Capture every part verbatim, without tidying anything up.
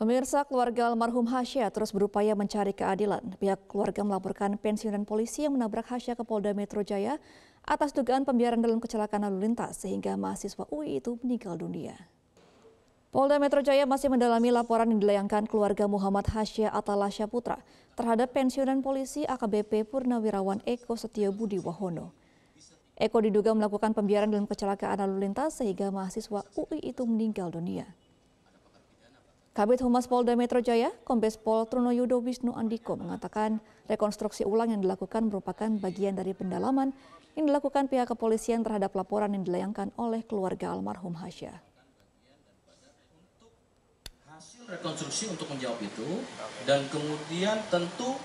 Pemirsa, keluarga almarhum Hasya terus berupaya mencari keadilan. Pihak keluarga melaporkan pensiunan polisi yang menabrak Hasya ke Polda Metro Jaya atas dugaan pembiaran dalam kecelakaan lalu lintas sehingga mahasiswa U I itu meninggal dunia. Polda Metro Jaya masih mendalami laporan yang dilayangkan keluarga Muhammad Hasya Atalasya Putra terhadap pensiunan polisi A K B P Purnawirawan Eko Setio Budi Wahono. Eko diduga melakukan pembiaran dalam kecelakaan lalu lintas sehingga mahasiswa U I itu meninggal dunia. Kabid Humas Polda Metro Jaya, Kombes Pol Trunoyudo Wisnu Andiko mengatakan rekonstruksi ulang yang dilakukan merupakan bagian dari pendalaman yang dilakukan pihak kepolisian terhadap laporan yang dilayangkan oleh keluarga almarhum Hasya. Hasil rekonstruksi untuk menjawab itu, dan kemudian tentu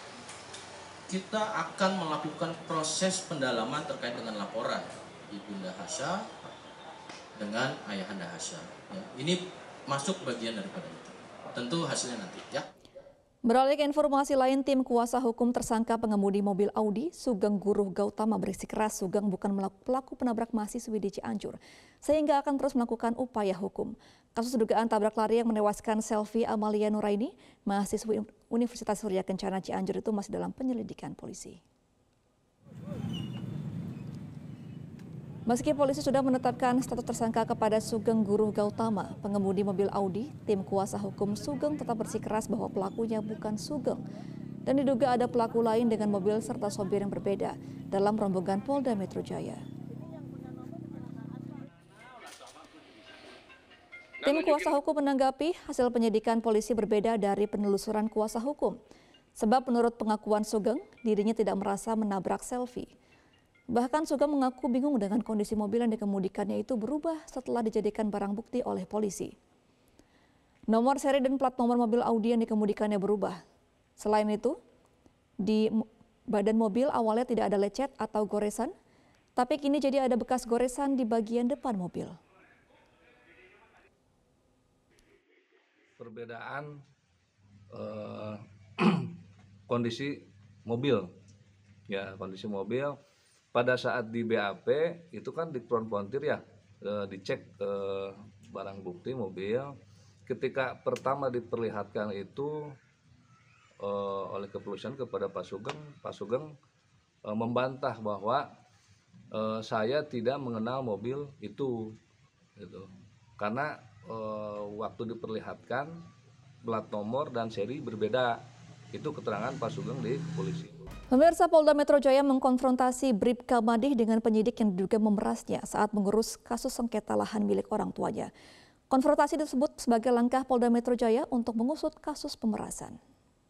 kita akan melakukan proses pendalaman terkait dengan laporan Ibunda Hasya dengan Ayahanda Hasya. Ya, ini masuk bagian daripada itu. Tentu hasilnya nanti ya. Beralih ke informasi lain, tim kuasa hukum tersangka pengemudi mobil Audi, Sugeng Guruh Gautama bersikeras Sugeng bukan pelaku penabrak mahasiswi di Cianjur, sehingga akan terus melakukan upaya hukum. Kasus dugaan tabrak lari yang menewaskan Selvi Amalia Nuraini, mahasiswi Universitas Surya Kencana Cianjur itu masih dalam penyelidikan polisi. Meski polisi sudah menetapkan status tersangka kepada Sugeng Guruh Gautama, pengemudi mobil Audi, tim kuasa hukum Sugeng tetap bersikeras bahwa pelakunya bukan Sugeng dan diduga ada pelaku lain dengan mobil serta sopir yang berbeda dalam rombongan Polda Metro Jaya. Tim kuasa hukum menanggapi hasil penyidikan polisi berbeda dari penelusuran kuasa hukum. Sebab menurut pengakuan Sugeng, dirinya tidak merasa menabrak Selvi. Bahkan Sugeng mengaku bingung dengan kondisi mobil yang dikemudikannya itu berubah setelah dijadikan barang bukti oleh polisi. Nomor seri dan plat nomor mobil Audi yang dikemudikannya berubah. Selain itu, di badan mobil awalnya tidak ada lecet atau goresan, tapi kini jadi ada bekas goresan di bagian depan mobil. Perbedaan eh, kondisi mobil, ya kondisi mobil. Pada saat di B A P itu kan dikonfrontir ya, e, dicek e, barang bukti mobil. Ketika pertama diperlihatkan itu e, oleh kepolisian kepada Pak Sugeng, Pak Sugeng e, membantah bahwa e, saya tidak mengenal mobil itu, gitu. Karena e, waktu diperlihatkan plat nomor dan seri berbeda. Itu keterangan Pak Sugeng di polisi. Pemirsa, Polda Metro Jaya mengkonfrontasi Bribka Madih dengan penyidik yang diduga memerasnya saat mengurus kasus sengketa lahan milik orang tuanya. Konfrontasi disebut sebagai langkah Polda Metro Jaya untuk mengusut kasus pemerasan.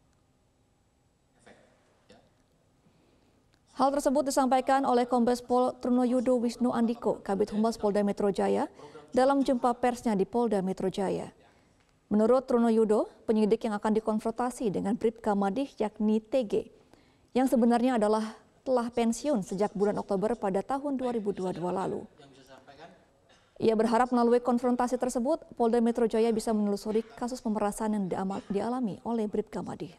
Hal tersebut disampaikan oleh Kombes Pol Trunoyudo Wisnu Andiko, Kabid Humas Polda Metro Jaya, dalam jumpa persnya di Polda Metro Jaya. Menurut Trunoyudo, penyidik yang akan dikonfrontasi dengan Bribka Madih yakni T G, yang sebenarnya adalah telah pensiun sejak bulan Oktober pada tahun dua ribu dua puluh dua lalu. Ia berharap melalui konfrontasi tersebut, Polda Metro Jaya bisa menelusuri kasus pemerasan yang dialami oleh Bribka Madih.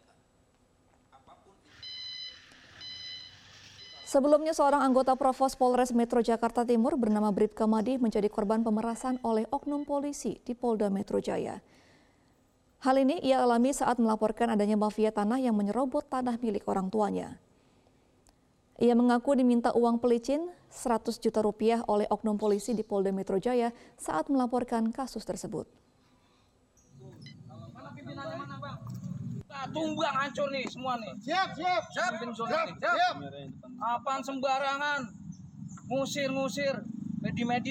Sebelumnya, seorang anggota Provos Polres Metro Jakarta Timur bernama Bribka Madih menjadi korban pemerasan oleh oknum polisi di Polda Metro Jaya. Hal ini ia alami saat melaporkan adanya mafia tanah yang menyerobot tanah milik orang tuanya. Ia mengaku diminta uang pelicin seratus juta rupiah oleh oknum polisi di Polda Metro Jaya saat melaporkan kasus tersebut. Tumbang hancur nih semua nih. Siap, siap. Siap, siap, siap. Apaan sembarangan. Ngusir-ngusir media-media.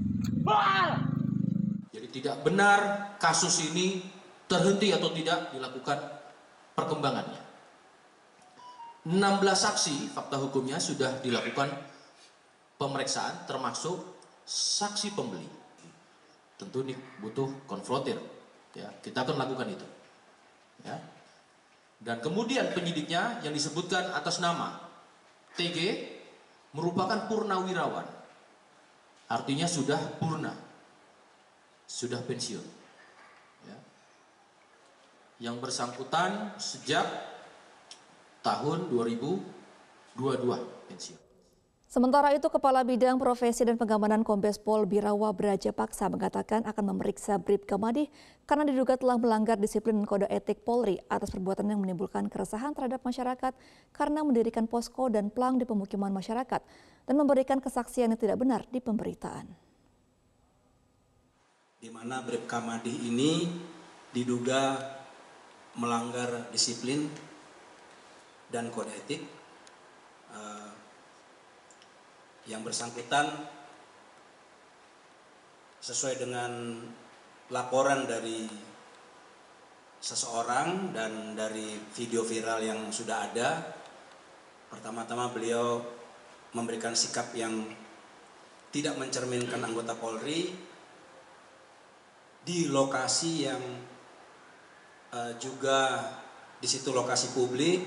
Jadi tidak benar kasus ini terhenti atau tidak dilakukan perkembangannya. enam belas saksi fakta hukumnya sudah dilakukan pemeriksaan termasuk saksi pembeli. Tentu ini butuh konfrontir. Ya, kita akan lakukan itu. Ya. Dan kemudian penyidiknya yang disebutkan atas nama T G merupakan purnawirawan. Artinya sudah purna. Sudah pensiun. Ya. Yang bersangkutan sejak tahun dua ribu dua puluh dua pensiun. Sementara itu, Kepala Bidang Profesi dan Pengamanan Kombes Pol Birawa Braja Paksa mengatakan akan memeriksa Bribka Madi karena diduga telah melanggar disiplin kode etik Polri atas perbuatan yang menimbulkan keresahan terhadap masyarakat karena mendirikan posko dan plang di pemukiman masyarakat dan memberikan kesaksian yang tidak benar di pemberitaan. Di mana Bribka Madi ini diduga melanggar disiplin dan kode etik. Uh, yang bersangkutan sesuai dengan laporan dari seseorang dan dari video viral yang sudah ada, pertama-tama beliau memberikan sikap yang tidak mencerminkan anggota Polri di lokasi yang uh, juga di situ lokasi publik.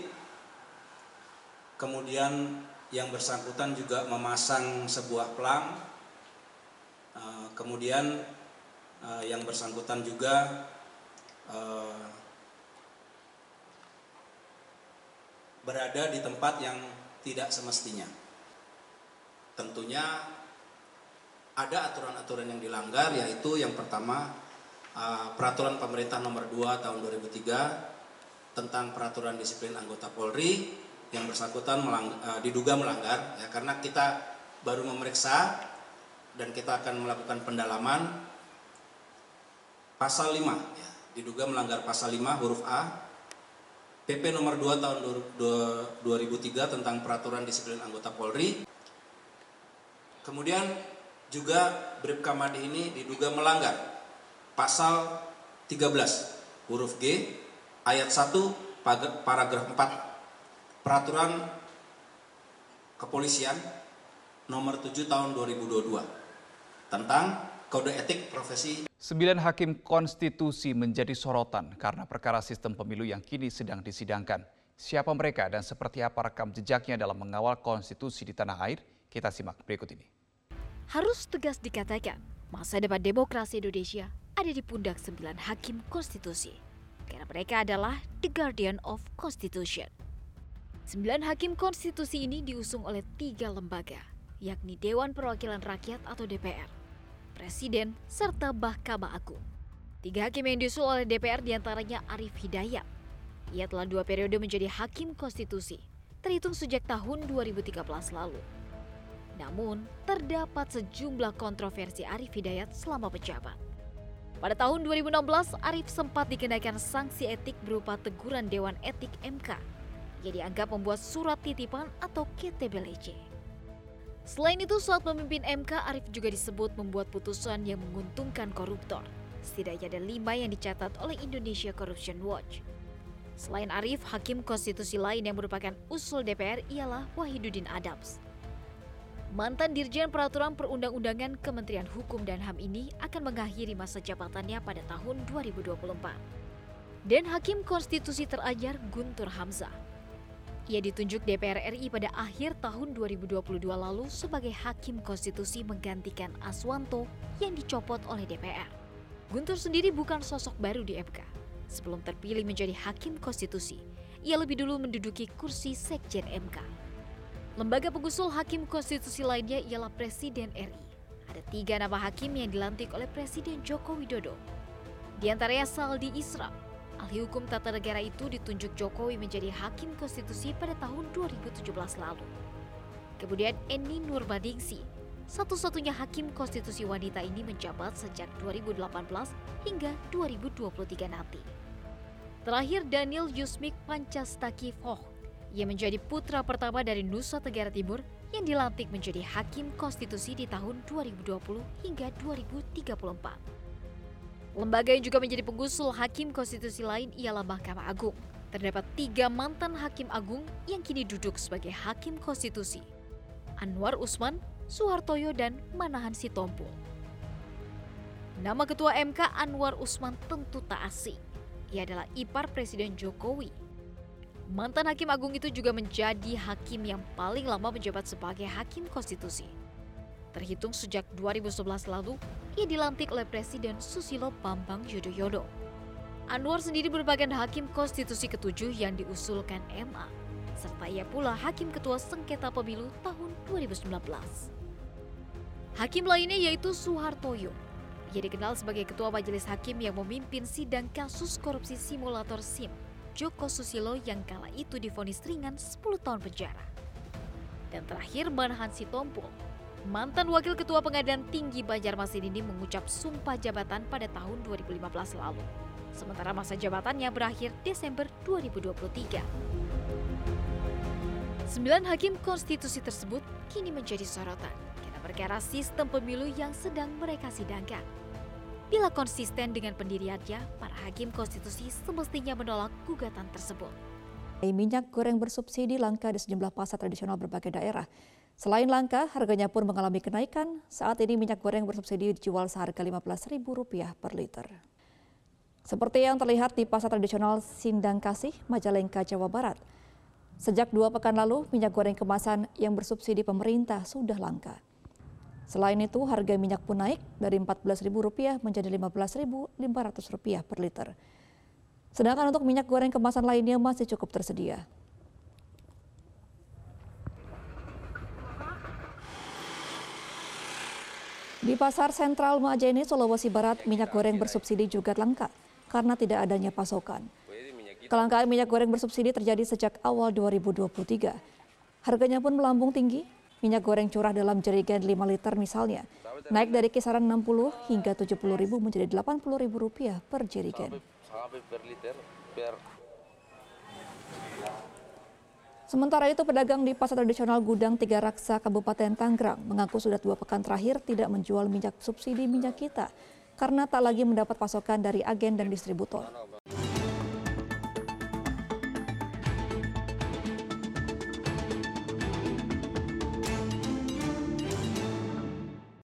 Kemudian yang bersangkutan juga memasang sebuah plang, uh, kemudian uh, yang bersangkutan juga uh, berada di tempat yang tidak semestinya. Tentunya ada aturan-aturan yang dilanggar, yaitu yang pertama uh, peraturan pemerintah nomor dua tahun dua ribu tiga tentang peraturan disiplin anggota Polri. Yang bersangkutan melang, uh, diduga melanggar, ya, karena kita baru memeriksa dan kita akan melakukan pendalaman pasal lima, ya, diduga melanggar pasal lima huruf A P P nomor dua tahun dua ribu tiga tentang peraturan disiplin anggota Polri. Kemudian juga Bribka Madi ini diduga melanggar pasal tiga belas huruf G ayat satu paragraf empat Peraturan Kepolisian nomor tujuh tahun dua ribu dua puluh dua tentang kode etik profesi. Sembilan hakim konstitusi menjadi sorotan karena perkara sistem pemilu yang kini sedang disidangkan. Siapa mereka dan seperti apa rekam jejaknya dalam mengawal konstitusi di tanah air? Kita simak berikut ini. Harus tegas dikatakan, masa depan demokrasi Indonesia ada di pundak sembilan hakim konstitusi. Karena mereka adalah the guardian of constitution. Sembilan hakim konstitusi ini diusung oleh tiga lembaga, yakni Dewan Perwakilan Rakyat atau D P R, Presiden, serta Mahkamah Agung. Tiga hakim yang diusul oleh D P R diantaranya Arief Hidayat. Ia telah dua periode menjadi hakim konstitusi, terhitung sejak tahun dua ribu tiga belas lalu. Namun, terdapat sejumlah kontroversi Arief Hidayat selama menjabat. Pada tahun dua ribu enam belas, Arief sempat dikenakan sanksi etik berupa teguran Dewan Etik M K. Ia dianggap membuat surat titipan atau K T B L C. Selain itu, saat memimpin M K, Arief juga disebut membuat putusan yang menguntungkan koruptor. Setidaknya ada lima yang dicatat oleh Indonesia Corruption Watch. Selain Arief, hakim konstitusi lain yang merupakan usul D P R ialah Wahidudin Adams. Mantan Dirjen Peraturan Perundang-undangan Kementerian Hukum dan H A M ini akan mengakhiri masa jabatannya pada tahun dua ribu dua puluh empat. Dan hakim konstitusi teranyar Guntur Hamzah. Ia ditunjuk D P R R I pada akhir tahun dua ribu dua puluh dua lalu sebagai hakim konstitusi menggantikan Aswanto yang dicopot oleh D P R. Guntur sendiri bukan sosok baru di M K. Sebelum terpilih menjadi hakim konstitusi, ia lebih dulu menduduki kursi Sekjen M K. Lembaga pengusul hakim konstitusi lainnya ialah Presiden R I. Ada tiga nama hakim yang dilantik oleh Presiden Joko Widodo. Di antaranya Saldi Isra. Ahli hukum tata negara itu ditunjuk Jokowi menjadi hakim konstitusi pada tahun dua ribu tujuh belas lalu. Kemudian Eni Nurbaningsi, satu-satunya hakim konstitusi wanita ini menjabat sejak dua ribu delapan belas hingga dua ribu dua puluh tiga nanti. Terakhir Daniel Yusmik Pancastakifo, ia menjadi putra pertama dari Nusa Tenggara Timur yang dilantik menjadi hakim konstitusi di tahun dua ribu dua puluh hingga dua ribu tiga puluh empat. Lembaga yang juga menjadi pengusul hakim konstitusi lain ialah Mahkamah Agung. Terdapat tiga mantan hakim agung yang kini duduk sebagai hakim konstitusi. Anwar Usman, Suhartoyo, dan Manahan Sitompul. Nama Ketua M K Anwar Usman tentu tak asing. Ia adalah ipar Presiden Jokowi. Mantan hakim agung itu juga menjadi hakim yang paling lama menjabat sebagai hakim konstitusi. Terhitung sejak dua ribu sebelas lalu, ia dilantik oleh Presiden Susilo Bambang Yudhoyono. Anwar sendiri merupakan hakim konstitusi ketujuh yang diusulkan M A. serta ia pula Hakim Ketua Sengketa Pemilu tahun dua ribu sembilan belas. Hakim lainnya yaitu Suhartoyo. Ia dikenal sebagai Ketua Majelis Hakim yang memimpin sidang kasus korupsi simulator SIM Joko Susilo yang kala itu divonis ringan sepuluh tahun penjara. Dan terakhir Manahan Sitompul, mantan Wakil Ketua Pengadilan Tinggi Banjarmasin ini mengucap sumpah jabatan pada tahun dua ribu lima belas lalu. Sementara masa jabatannya berakhir Desember dua ribu dua puluh tiga. Sembilan hakim konstitusi tersebut kini menjadi sorotan karena perkara sistem pemilu yang sedang mereka sidangkan. Bila konsisten dengan pendiriannya, para hakim konstitusi semestinya menolak gugatan tersebut. Minyak goreng bersubsidi langka di sejumlah pasar tradisional berbagai daerah. Selain langka, harganya pun mengalami kenaikan. Saat ini minyak goreng bersubsidi dijual seharga lima belas ribu rupiah per liter. Seperti yang terlihat di pasar tradisional Sindang Kasih, Majalengka, Jawa Barat. Sejak dua pekan lalu, minyak goreng kemasan yang bersubsidi pemerintah sudah langka. Selain itu, harga minyak pun naik dari empat belas ribu rupiah menjadi lima belas ribu lima ratus rupiah per liter. Sedangkan untuk minyak goreng kemasan lainnya masih cukup tersedia. Di Pasar Sentral Majene, Sulawesi Barat, minyak goreng bersubsidi juga langka karena tidak adanya pasokan. Kelangkaan minyak goreng bersubsidi terjadi sejak awal dua ribu dua puluh tiga. Harganya pun melambung tinggi. Minyak goreng curah dalam jerigen lima liter misalnya, naik dari kisaran enam puluh hingga tujuh puluh ribu menjadi delapan puluh ribu rupiah per jerigen. Sementara itu, pedagang di pasar tradisional Gudang Tiga Raksa, Kabupaten Tangerang, mengaku sudah dua pekan terakhir tidak menjual minyak subsidi minyak kita karena tak lagi mendapat pasokan dari agen dan distributor.